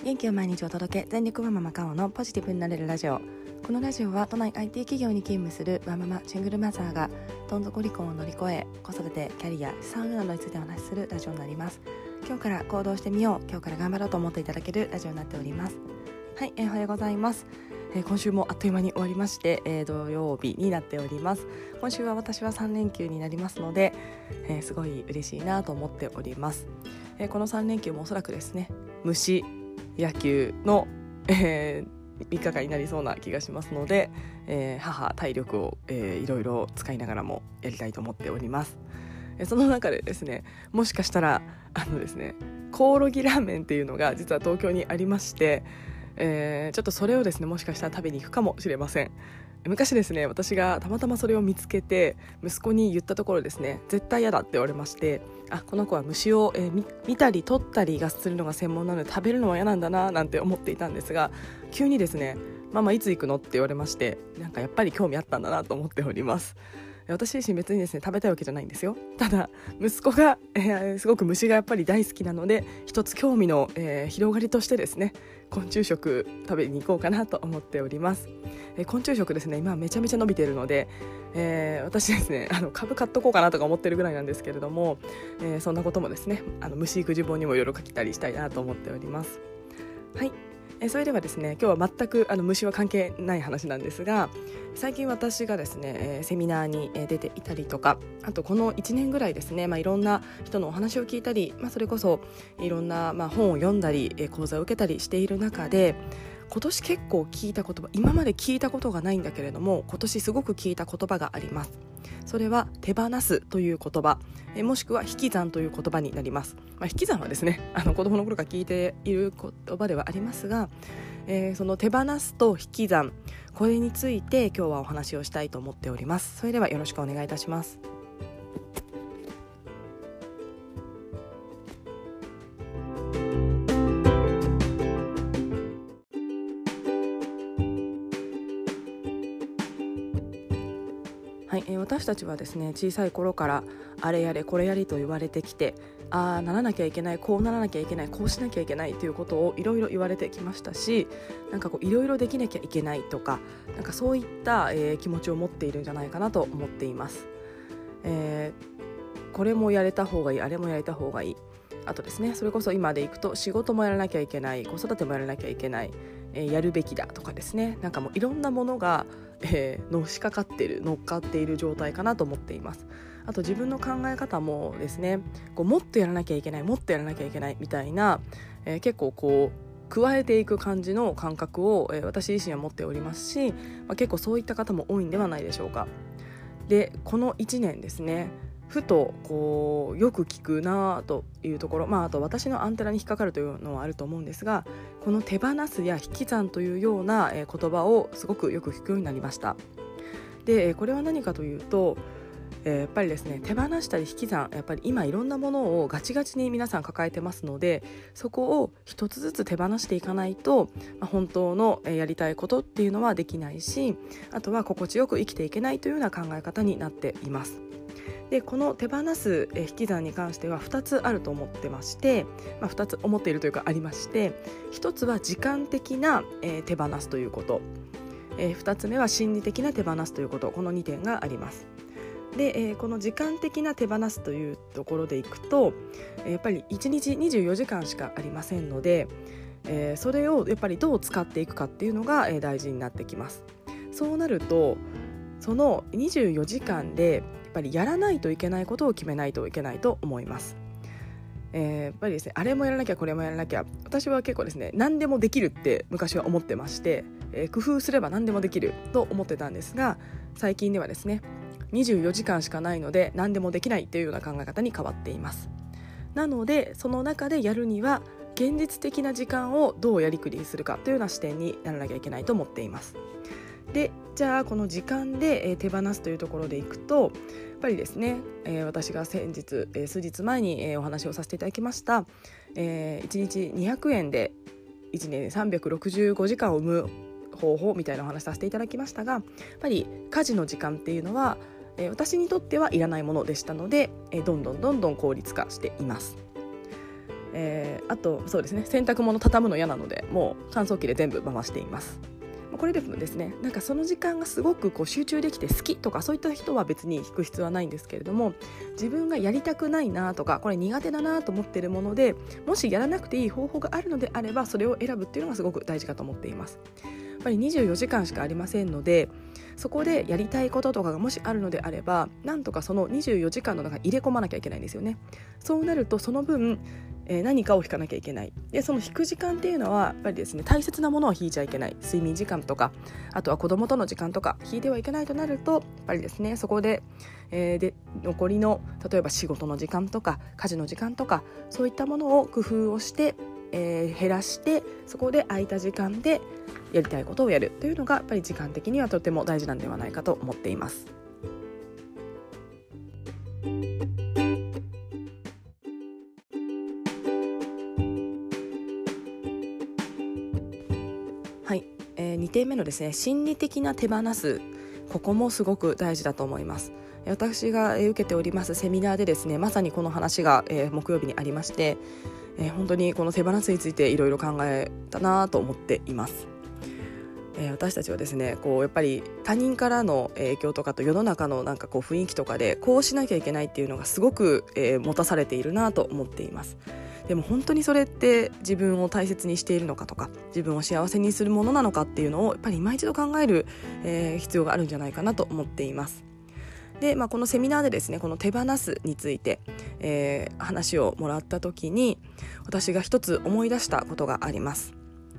元気を毎日お届け、全力ワンママカオのポジティブになれるラジオ。このラジオは都内 IT 企業に勤務するワンママシングルマザーがどん底離婚を乗り越え、子育て、キャリア、資産運などについてお話しするラジオになります。今日から行動してみよう、今日から頑張ろうと思っていただけるラジオになっております。はい、おはようございます。今週もあっという間に終わりまして、土曜日になっております。今週は私は3連休になりますので、すごい嬉しいなと思っております。この3連休もおそらくですね、虫野球の、3日間になりそうな気がしますので、母体力を、いろいろ使いながらもやりたいと思っております。その中でですね、もしかしたらですね、コオロギラーメンっていうのが実は東京にありまして、ちょっとそれをですね、もしかしたら食べに行くかもしれません。昔ですね、私がたまたまそれを見つけて息子に言ったところですね、絶対嫌だって言われまして、この子は虫を、見たり取ったりがするのが専門なので食べるのは嫌なんだななんて思っていたんですが、急にですね、ママいつ行くのって言われまして、なんかやっぱり興味あったんだなと思っております。私自身別にですね、食べたいわけじゃないんですよ。ただ息子が、すごく虫がやっぱり大好きなので、一つ興味の、広がりとしてですね、昆虫食食べに行こうかなと思っております。昆虫食ですね、今めちゃめちゃ伸びているので、私ですね、株買っとこうかなとか思ってるぐらいなんですけれども、そんなこともですね、虫育児本にもいろいろ書きたりしたいなと思っております。はい、それではですね、今日は全く虫は関係ない話なんですが、最近私がですね、セミナーに出ていたりとか、あとこの1年ぐらいですね、いろんな人のお話を聞いたり、それこそいろんな、本を読んだり、講座を受けたりしている中で、今年結構聞いた言葉、今まで聞いたことがないんだけれども今年すごく聞いた言葉があります。それは手放すという言葉、もしくは引き算という言葉になります。引き算はですね、子供の頃から聞いている言葉ではありますが、その手放すと引き算、これについて今日はお話をしたいと思っております。それではよろしくお願いいたします。はい、私たちはですね、小さい頃からあれやれこれやれと言われてきて、ならなきゃいけない、こうならなきゃいけない、こうしなきゃいけないということをいろいろ言われてきましたし、なんかこういろいろできなきゃいけないとか、なんかそういった、気持ちを持っているんじゃないかなと思っています。これもやれた方がいい、あれもやれた方がいい、あとですね、それこそ今でいくと仕事もやらなきゃいけない、子育てもやらなきゃいけない、やるべきだとかですね、なんかもういろんなものが、乗っかっている状態かなと思っています。あと自分の考え方もですね、こうもっとやらなきゃいけない、もっとやらなきゃいけないみたいな、結構こう加えていく感じの感覚を、私自身は持っておりますし、結構そういった方も多いんではないでしょうか。で、この1年ですね、ふとこうよく聞くなというところ、あと私のアンテナに引っかかるというのはあると思うんですが、この手放すや引き算というような言葉をすごくよく聞くようになりました。で、これは何かというと、やっぱりですね、手放したり引き算、やっぱり今いろんなものをガチガチに皆さん抱えてますので、そこを一つずつ手放していかないと、本当のやりたいことっていうのはできないし、あとは心地よく生きていけないというような考え方になっています。で、この手放す引き算に関しては2つあると思ってまして、2つ思っているというかありまして、1つは時間的な手放すということ、2つ目は心理的な手放すということ、この2点があります。で、この時間的な手放すというところでいくと、やっぱり1日24時間しかありませんので、それをやっぱりどう使っていくかっていうのが大事になってきます。そうなると、その24時間でやっぱりやらないといけないことを決めないといけないと思います。やっぱりですね、あれもやらなきゃこれもやらなきゃ、私は結構ですね、何でもできるって昔は思ってまして、工夫すれば何でもできると思ってたんですが、最近ではですね、24時間しかないので何でもできないというような考え方に変わっています。なので、その中でやるには現実的な時間をどうやりくりするかというような視点にならなきゃいけないと思っています。で、じゃあこの時間で手放すというところでいくと、やっぱりですね、私が数日前にお話をさせていただきました、1日200円で1年365時間を生む方法みたいなお話させていただきましたが、やっぱり家事の時間っていうのは、私にとってはいらないものでしたので、どんどん効率化しています。 あとそうですね、洗濯物畳むの嫌なのでもう乾燥機で全部回しています。これでもですね、なんかその時間がすごく集中できて好きとかそういった人は別に引く必要はないんですけれども、自分がやりたくないなとかこれ苦手だなと思っているもので、もしやらなくていい方法があるのであればそれを選ぶっていうのがすごく大事かと思っています。やっぱり24時間しかありませんので、そこでやりたいこととかがもしあるのであれば、なんとかその24時間の中に入れ込まなきゃいけないんですよね。そうなるとその分何かを引かなきゃいけない。でその引く時間っていうのはやっぱりですね、大切なものは引いちゃいけない。睡眠時間とか、あとは子供との時間とか引いてはいけないとなると、やっぱりですねそこで、残りの例えば仕事の時間とか家事の時間とかそういったものを工夫をして、減らして、そこで空いた時間でやりたいことをやるというのがやっぱり時間的にはとても大事なんではないかと思っています。はい、2点目のですね、心理的な手放す、ここもすごく大事だと思います。私が受けておりますセミナーでですね、まさにこの話が木曜日にありまして、本当にこの手放すについていろいろ考えたなと思っています。私たちはですねやっぱり他人からの影響とかと世の中の雰囲気とかでこうしなきゃいけないっていうのがすごく、持たされているなと思っています。でも本当にそれって自分を大切にしているのかとか、自分を幸せにするものなのかっていうのをやっぱり今一度考える、必要があるんじゃないかなと思っています。で、このセミナーでですねこの手放すについて、話をもらった時に私が一つ思い出したことがあります。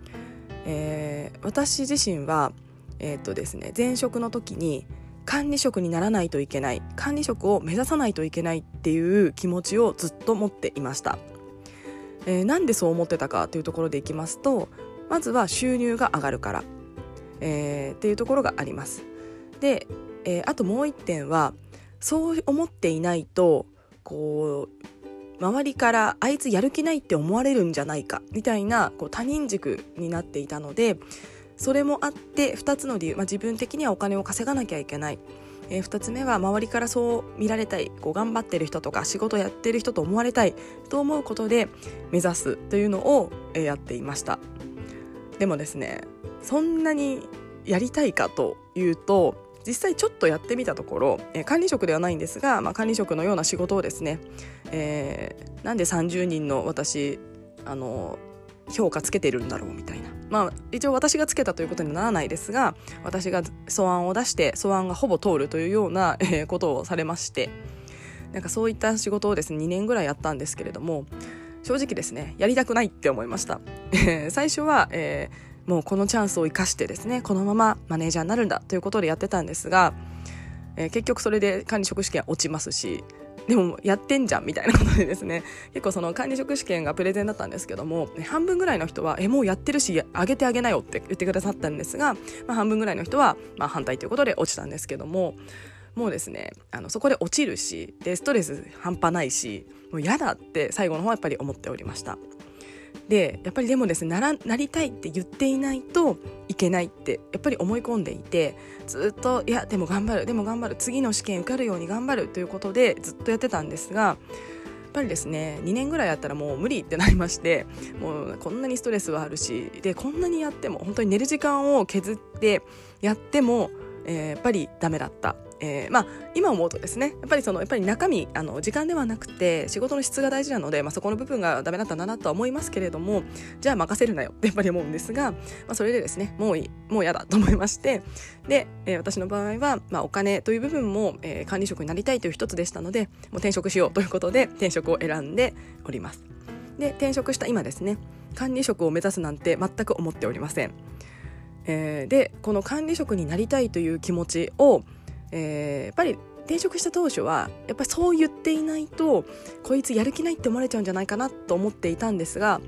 私自身は、ですね、前職の時に管理職にならないといけない、管理職を目指さないといけないっていう気持ちをずっと持っていました。なんでそう思ってたかというところでいきますと、まずは収入が上がるから、っていうところがあります。で、あともう一点はそう思っていないと周りからあいつやる気ないって思われるんじゃないかみたいな他人軸になっていたので、それもあって2つの理由、自分的にはお金を稼がなきゃいけない、2つ目は周りからそう見られたい、頑張ってる人とか仕事やってる人と思われたいと思うことで目指すというのをやっていました。でもですね、そんなにやりたいかというと、実際ちょっとやってみたところ、管理職ではないんですが、管理職のような仕事をですね、なんで30人の私評価つけてるんだろうみたいな、一応私がつけたということにならないですが、私が素案を出して素案がほぼ通るというような、ことをされまして、そういった仕事をですね2年ぐらいやったんですけれども、正直ですねやりたくないって思いました。最初は、もうこのチャンスを生かしてですねこのままマネージャーになるんだということでやってたんですが、結局それで管理職試験落ちますし、でもやってんじゃんみたいなことでですね、結構その管理職試験がプレゼンだったんですけども、半分ぐらいの人はもうやってるしあげてあげなよって言ってくださったんですが、半分ぐらいの人は反対ということで落ちたんですけども、もうですねそこで落ちるし、でストレス半端ないし、もう嫌だって最後の方はやっぱり思っておりました。でやっぱりでもですねなりたいって言っていないといけないってやっぱり思い込んでいて、ずっとでも頑張る次の試験受かるように頑張るということでずっとやってたんですが、やっぱりですね2年ぐらいやったらもう無理ってなりまして、もうこんなにストレスはあるし、でこんなにやっても本当に寝る時間を削ってやっても、やっぱりダメだった。今思うとですねやっぱり中身時間ではなくて仕事の質が大事なので、そこの部分がダメだったんだなとは思いますけれども、じゃあ任せるなよってやっぱり思うんですが、それでですねもう嫌だと思いまして、で、私の場合は、お金という部分も、管理職になりたいという一つでしたので、もう転職しようということで転職を選んでおります。で転職した今ですね、管理職を目指すなんて全く思っておりません。でこの管理職になりたいという気持ちをやっぱり転職した当初はやっぱりそう言っていないとこいつやる気ないって思われちゃうんじゃないかなと思っていたんですが、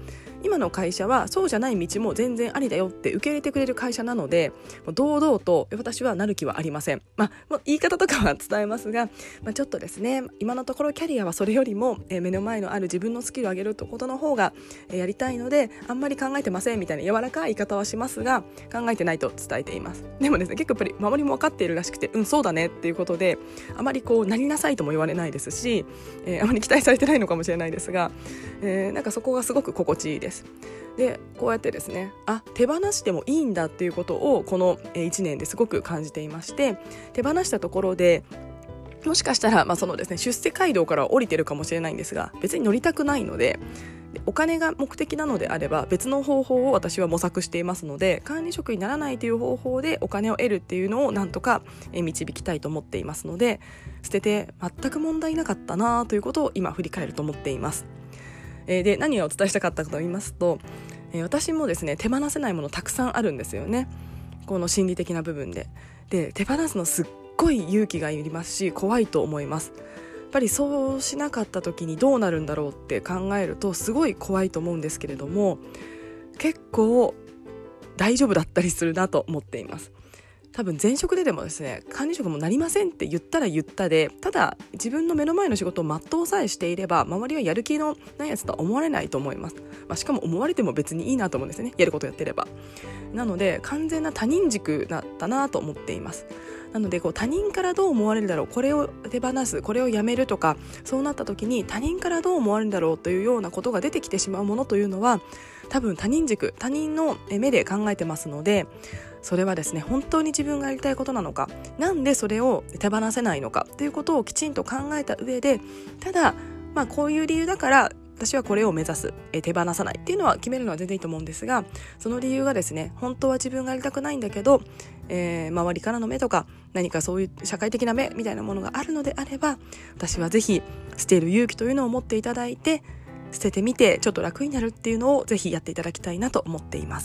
今の会社はそうじゃない道も全然ありだよって受け入れてくれる会社なので、堂々と私はなる気はありません。もう言い方とかは伝えますが、ちょっとですね、今のところキャリアはそれよりも目の前のある自分のスキルを上げるってことの方がやりたいので、あんまり考えてませんみたいな柔らかい言い方はしますが、考えてないと伝えています。でもですね、結構やっぱり周りも分かっているらしくて、そうだねっていうことで、あまりなりなさいとも言われないですし、あまり期待されてないのかもしれないですが、なんかそこがすごく心地いいです。でこうやってですね、手放してもいいんだっていうことをこの1年ですごく感じていまして、手放したところでもしかしたら、そのですね、出世街道から降りてるかもしれないんですが、別に乗りたくないので、お金が目的なのであれば別の方法を私は模索していますので、管理職にならないという方法でお金を得るっていうのをなんとか導きたいと思っていますので、捨てて全く問題なかったなということを今振り返ると思っています。で何をお伝えしたかったかと言いますと、私もですね、手放せないものたくさんあるんですよね、この心理的な部分で。手放すのすっごい勇気がいりますし、怖いと思います。やっぱりそうしなかった時にどうなるんだろうって考えるとすごい怖いと思うんですけれども、結構大丈夫だったりするなと思っています。多分前職でもですね、管理職もなりませんって言ったら言ったで、ただ自分の目の前の仕事を全うさえしていれば、周りはやる気のないやつとは思われないと思います。しかも思われても別にいいなと思うんですね、やることやってれば。なので完全な他人軸だったなと思っています。なので他人からどう思われるだろう、これを手放す、これをやめるとか、そうなった時に他人からどう思われるだろうというようなことが出てきてしまうものというのは、多分他人軸、他人の目で考えてますので、それはですね、本当に自分がやりたいことなのか、なんでそれを手放せないのかということをきちんと考えた上で、ただこういう理由だから私はこれを目指す、手放さないっていうのは決めるのは全然いいと思うんですが、その理由がですね、本当は自分がやりたくないんだけど、周りからの目とか何かそういう社会的な目みたいなものがあるのであれば、私はぜひ捨てる勇気というのを持っていただいて、捨ててみてちょっと楽になるっていうのをぜひやっていただきたいなと思っています。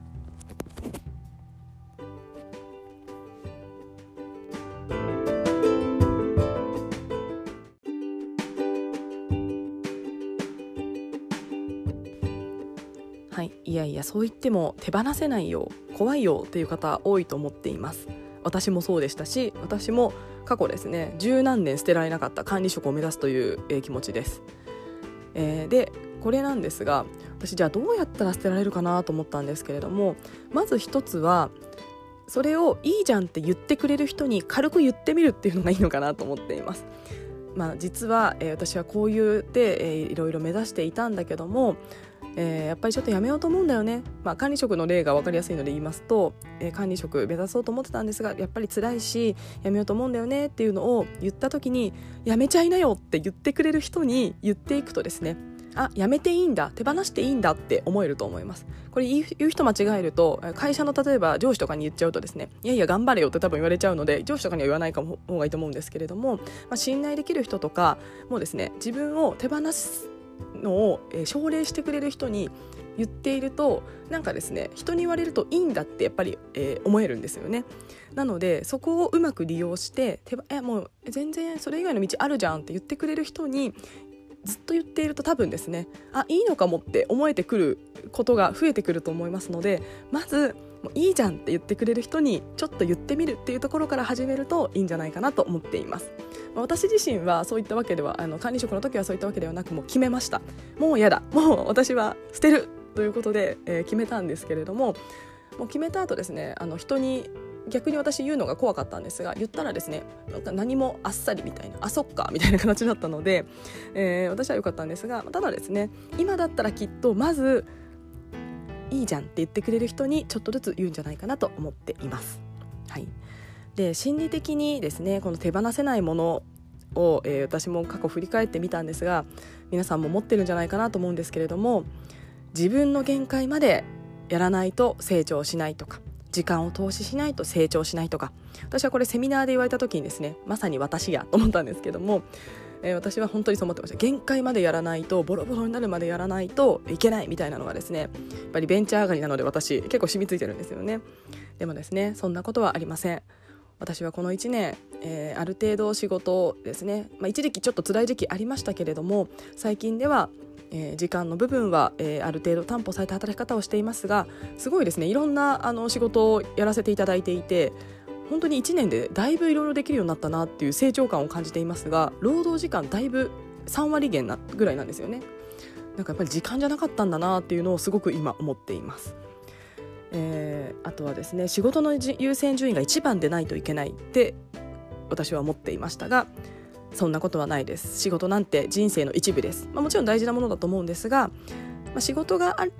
はい、いやいや、そう言っても手放せないよ、怖いよっていう方多いと思っています。私もそうでしたし、私も過去ですね、十何年捨てられなかった管理職を目指すという、気持ちです。でこれなんですが、私じゃあどうやったら捨てられるかなと思ったんですけれども、まず一つはそれをいいじゃんって言ってくれる人に軽く言ってみるっていうのがいいのかなと思っています。実は、私はこう言って、いろいろ目指していたんだけども、やっぱりちょっとやめようと思うんだよね。管理職の例が分かりやすいので言いますと、管理職目指そうと思ってたんですが、やっぱり辛いしやめようと思うんだよねっていうのを言った時に、やめちゃいなよって言ってくれる人に言っていくとですね、やめていいんだ、手放していいんだって思えると思います。これ言う人間違えると、会社の例えば上司とかに言っちゃうとですね、いやいや頑張れよって多分言われちゃうので、上司とかには言わない方がいいと思うんですけれども、信頼できる人とかもですね、自分を手放すのを奨励してくれる人に言っていると、なんかですね、人に言われるといいんだってやっぱり、思えるんですよね。なのでそこをうまく利用して、もう全然それ以外の道あるじゃんって言ってくれる人にずっと言っていると、多分ですね、いいのかもって思えてくることが増えてくると思いますので、まずもういいじゃんって言ってくれる人にちょっと言ってみるっていうところから始めるといいんじゃないかなと思っています。私自身はそういったわけでは、管理職の時はそういったわけではなく、もう決めました。もうやだ、もう私は捨てるということで、決めたんですけれども、もう決めた後ですね、人に逆に私言うのが怖かったんですが、言ったらですね、なんか何もあっさりみたいな、そっかみたいな形だったので、私は良かったんですが、ただですね、今だったらきっとまずいいじゃんって言ってくれる人にちょっとずつ言うんじゃないかなと思っています。はい。で心理的にですね、この手放せないものを、私も過去振り返ってみたんですが、皆さんも持ってるんじゃないかなと思うんですけれども、自分の限界までやらないと成長しないとか、時間を投資しないと成長しないとか、私はこれセミナーで言われた時にですね、まさに私やと思ったんですけども、私は本当にそう思ってました。限界までやらないと、ボロボロになるまでやらないといけないみたいなのがですね、やっぱりベンチャー上がりなので私結構染みついてるんですよね。でもですね、そんなことはありません。私はこの1年、ある程度仕事をですね、一時期ちょっと辛い時期ありましたけれども、最近では、 時間の部分は、ある程度担保された働き方をしていますが、すごいですね、いろんな仕事をやらせていただいていて、本当に1年でだいぶいろいろできるようになったなっていう成長感を感じていますが、労働時間だいぶ3割減ぐらいなんですよね。なんかやっぱり時間じゃなかったんだなっていうのをすごく今思っています。あとはですね、仕事の優先順位が一番でないといけないって私は思っていましたが、そんなことはないです。仕事なんて人生の一部です。もちろん大事なものだと思うんですが、仕事があって、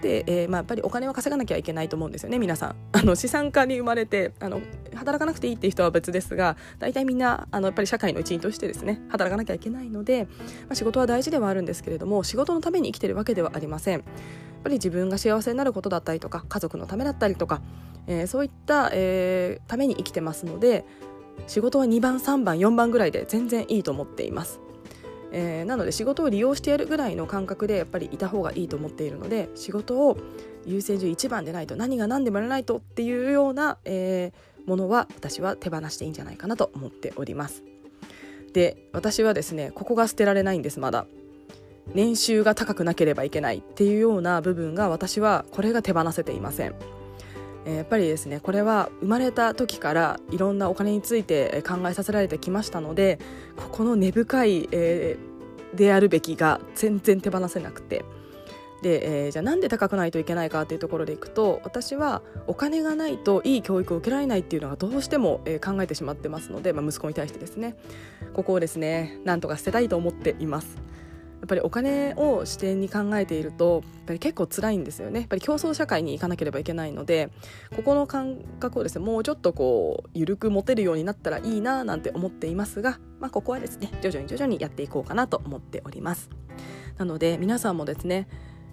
やっぱりお金は稼がなきゃいけないと思うんですよね。皆さん資産家に生まれて働かなくていいっていう人は別ですが、大体みんなやっぱり社会の一員としてですね、働かなきゃいけないので、仕事は大事ではあるんですけれども、仕事のために生きてるわけではありません。やっぱり自分が幸せになることだったりとか、家族のためだったりとか、そういった、ために生きてますので、仕事は2番3番4番ぐらいで全然いいと思っています。なので仕事を利用してやるぐらいの感覚でやっぱりいた方がいいと思っているので、仕事を優先順位1番でないと、何が何でもやらないとっていうような、ものは私は手放していいんじゃないかなと思っております。で、私はですね、ここが捨てられないんです。まだ年収が高くなければいけないっていうような部分が、私はこれが手放せていません。やっぱりですね、これは生まれた時からいろんなお金について考えさせられてきましたので、ここの根深い、であるべきが全然手放せなくて、で、じゃあなんで高くないといけないかというところでいくと、私はお金がないといい教育を受けられないっていうのがどうしても考えてしまってますので、息子に対してですね、ここをですね、なんとか捨てたいと思っています。やっぱりお金を視点に考えていると、やっぱり結構辛いんですよね。やっぱり競争社会に行かなければいけないので、ここの感覚をですね、もうちょっと緩く持てるようになったらいいななんて思っていますが、ここはですね、徐々にやっていこうかなと思っております。なので皆さんもですね、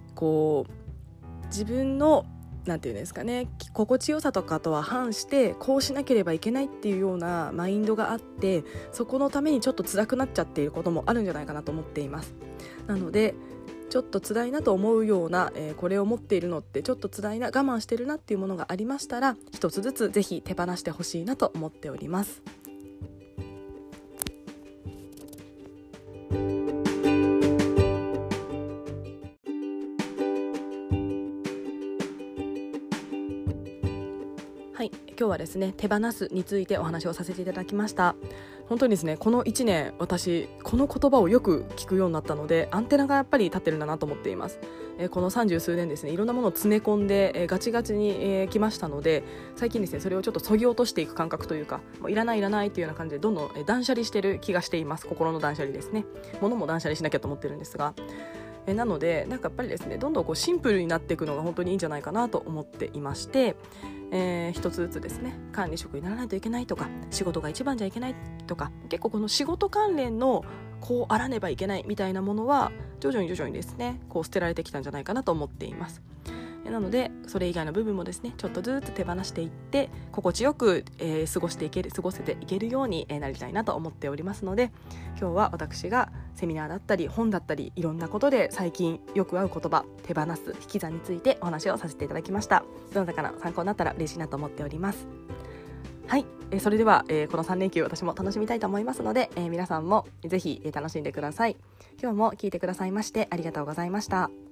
自分のなんていうんですかね、心地よさとかとは反してこうしなければいけないっていうようなマインドがあって、そこのためにちょっと辛くなっちゃっていることもあるんじゃないかなと思っています。なのでちょっと辛いなと思うような、これを持っているのってちょっと辛いな、我慢してるなっていうものがありましたら、一つずつぜひ手放してほしいなと思っております。はい、今日はですね、手放すについてお話をさせていただきました。本当にですね、この1年私この言葉をよく聞くようになったので、アンテナがやっぱり立ってるんだなと思っています。この30数年ですね、いろんなものを詰め込んで、ガチガチに、来ましたので、最近ですね、それをちょっと削ぎ落としていく感覚というか、もういらないっていうような感じでどんどん断捨離してる気がしています。心の断捨離ですね。物も断捨離しなきゃと思ってるんですが、なのでやっぱりですね、どんどんシンプルになっていくのが本当にいいんじゃないかなと思っていまして、一つずつですね、管理職にならないといけないとか、仕事が一番じゃいけないとか、結構この仕事関連のこうあらねばいけないみたいなものは徐々にですね、捨てられてきたんじゃないかなと思っています。なのでそれ以外の部分もですね、ちょっとずつ手放していって心地よく、過ごせていけるようになりたいなと思っておりますので、今日は私がセミナーだったり本だったりいろんなことで最近よく会う言葉、手放す、引き算についてお話をさせていただきました。どなたかの参考になったら嬉しいなと思っております。はい、それでは、この3連休私も楽しみたいと思いますので、皆さんもぜひ楽しんでください。今日も聞いてくださいましてありがとうございました。